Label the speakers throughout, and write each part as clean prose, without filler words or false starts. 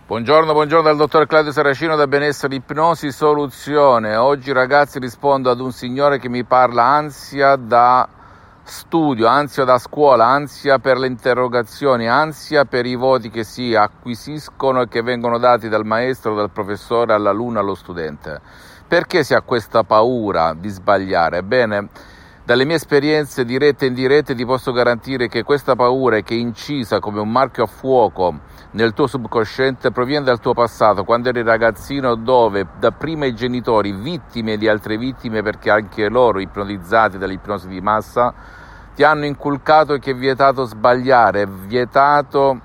Speaker 1: Buongiorno dal dottor Claudio Saracino da Benessere Ipnosi Soluzione. Oggi ragazzi rispondo ad un signore che mi parla ansia da studio, ansia da scuola, ansia per le interrogazioni, ansia per i voti che si acquisiscono e che vengono dati dal maestro, dal professore all'alunno, allo studente. Perché si ha questa paura di sbagliare? Bene, dalle mie esperienze dirette e indirette ti posso garantire che questa paura, che è incisa come un marchio a fuoco nel tuo subconsciente, proviene dal tuo passato, quando eri ragazzino, dove dapprima i genitori, vittime di altre vittime, perché anche loro ipnotizzati dall'ipnosi di massa, ti hanno inculcato che è vietato sbagliare, è vietato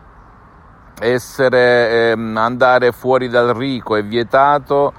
Speaker 1: andare fuori dal rico, è vietato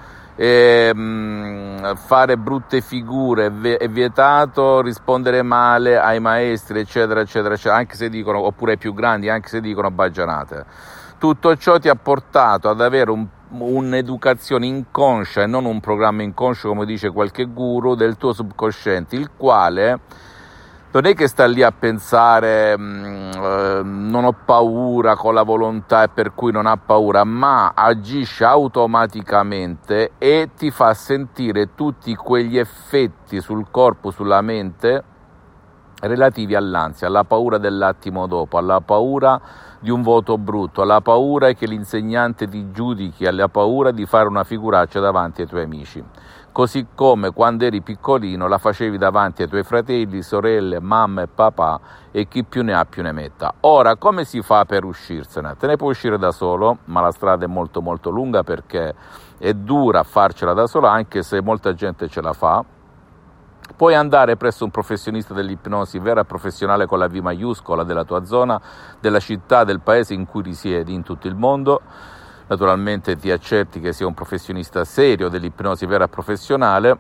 Speaker 1: fare brutte figure, è vietato rispondere male ai maestri, eccetera eccetera eccetera, anche se dicono, oppure ai più grandi, anche se dicono baggianate. Tutto ciò ti ha portato ad avere un'educazione inconscia e non un programma inconscio, come dice qualche guru, del tuo subconsciente, il quale non è che sta lì a pensare non ho paura con la volontà e per cui non ha paura, ma agisce automaticamente e ti fa sentire tutti quegli effetti sul corpo, sulla mente, relativi all'ansia, alla paura dell'attimo dopo, alla paura di un voto brutto, alla paura che l'insegnante ti giudichi, alla paura di fare una figuraccia davanti ai tuoi amici. Così come quando eri piccolino la facevi davanti ai tuoi fratelli, sorelle, mamma e papà e chi più ne ha più ne metta. Ora, come si fa per uscirsene? Te ne puoi uscire da solo, ma la strada è molto molto lunga perché è dura farcela da solo, anche se molta gente ce la fa. Puoi andare presso un professionista dell'ipnosi vera e professionale con la V maiuscola della tua zona, della città, del paese in cui risiedi in tutto il mondo. Naturalmente ti accerti che sia un professionista serio dell'ipnosi vera e professionale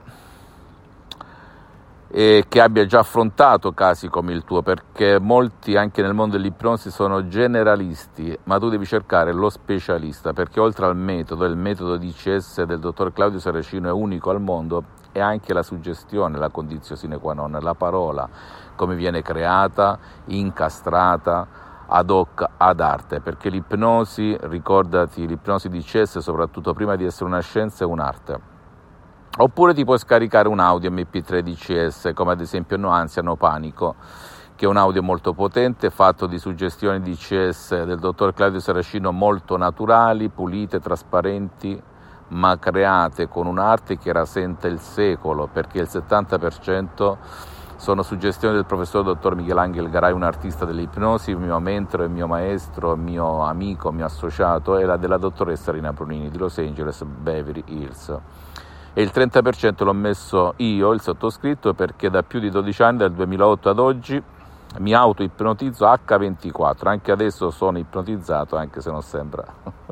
Speaker 1: e che abbia già affrontato casi come il tuo, perché molti anche nel mondo dell'ipnosi sono generalisti, ma tu devi cercare lo specialista, perché oltre al metodo, il metodo DCS del dottor Claudio Saracino è unico al mondo, e anche la suggestione, la condizione sine qua non, la parola, come viene creata, incastrata, ad hoc, ad arte, perché l'ipnosi, ricordati, l'ipnosi DCS, soprattutto prima di essere una scienza, è un'arte. Oppure ti puoi scaricare un audio MP3 DCS, come ad esempio No Ansia, No Panico, che è un audio molto potente, fatto di suggestioni DCS del dottor Claudio Saracino molto naturali, pulite, trasparenti, ma create con un'arte che rasenta il secolo, perché il 70% sono suggestioni del professor dottor Michelangelo Garai, un artista dell'ipnosi, mio mentore, mio maestro, mio amico, mio associato, e la della dottoressa Rina Brunini di Los Angeles, Beverly Hills. E il 30% l'ho messo io, il sottoscritto, perché da più di 12 anni, dal 2008 ad oggi, mi auto-ipnotizzo H24, anche adesso sono ipnotizzato, anche se non sembra.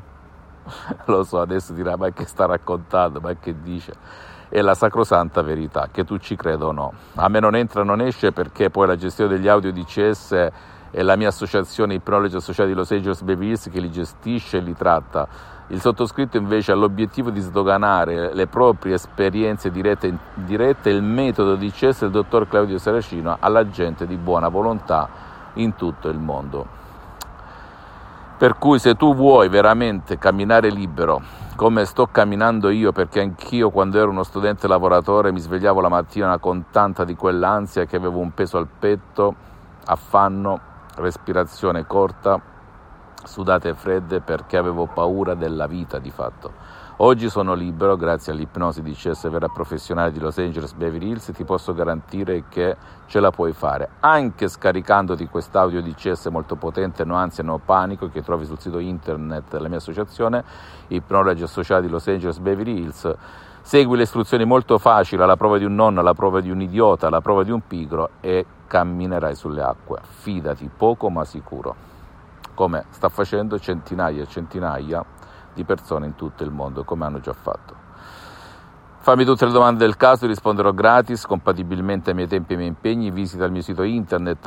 Speaker 1: Lo so, adesso dirà, ma che sta raccontando, ma che dice? È la sacrosanta verità, che tu ci creda o no. A me non entra, non esce, perché poi la gestione degli audio DCS è la mia associazione Ipnologi Associati di Los Angeles Beverly Hills che li gestisce e li tratta. Il sottoscritto invece ha l'obiettivo di sdoganare le proprie esperienze dirette e il metodo DCS del dottor Claudio Saracino alla gente di buona volontà in tutto il mondo. Per cui se tu vuoi veramente camminare libero, come sto camminando io, perché anch'io quando ero uno studente lavoratore mi svegliavo la mattina con tanta di quell'ansia che avevo un peso al petto, affanno, respirazione corta, sudate fredde, perché avevo paura della vita di fatto. Oggi sono libero, grazie all'ipnosi DCS vera professionale di Los Angeles Beverly Hills, ti posso garantire che ce la puoi fare, anche scaricandoti quest'audio DCS molto potente, No Ansia, No Panico, che trovi sul sito internet della mia associazione, Ipnologi Associati di Los Angeles Beverly Hills. Segui le istruzioni molto facili, alla prova di un nonno, alla prova di un idiota, alla prova di un pigro, e camminerai sulle acque. Fidati, poco ma sicuro, come sta facendo centinaia e centinaia di persone in tutto il mondo, come hanno già fatto. Fammi tutte le domande del caso, risponderò gratis, compatibilmente ai miei tempi e ai miei impegni. Visita il mio sito internet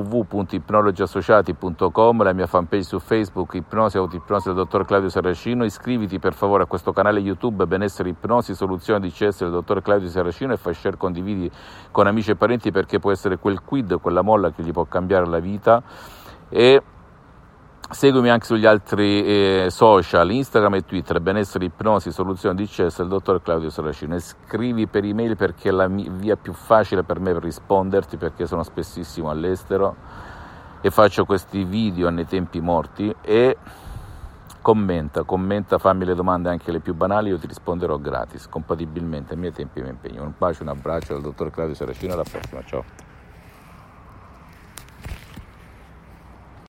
Speaker 1: www.ipnologiassociati.com, la mia fanpage su Facebook, Ipnosi Autoipnosi del dottor Claudio Saracino. Iscriviti per favore a questo canale YouTube Benessere Ipnosi Soluzione DCS del dottor Claudio Saracino e fai share, condividi con amici e parenti, perché può essere quel quid, quella molla che gli può cambiare la vita. E Seguimi anche sugli altri social, Instagram e Twitter, benessere, ipnosi, soluzione DCS, il dottor Claudio Saracino. E scrivi per email perché è la via più facile per me per risponderti, perché sono spessissimo all'estero e faccio questi video nei tempi morti. E commenta, fammi le domande anche le più banali, io ti risponderò gratis, compatibilmente ai miei tempi e ai miei impegni. Un bacio, un abbraccio dal dottor Claudio Saracino, alla prossima, ciao.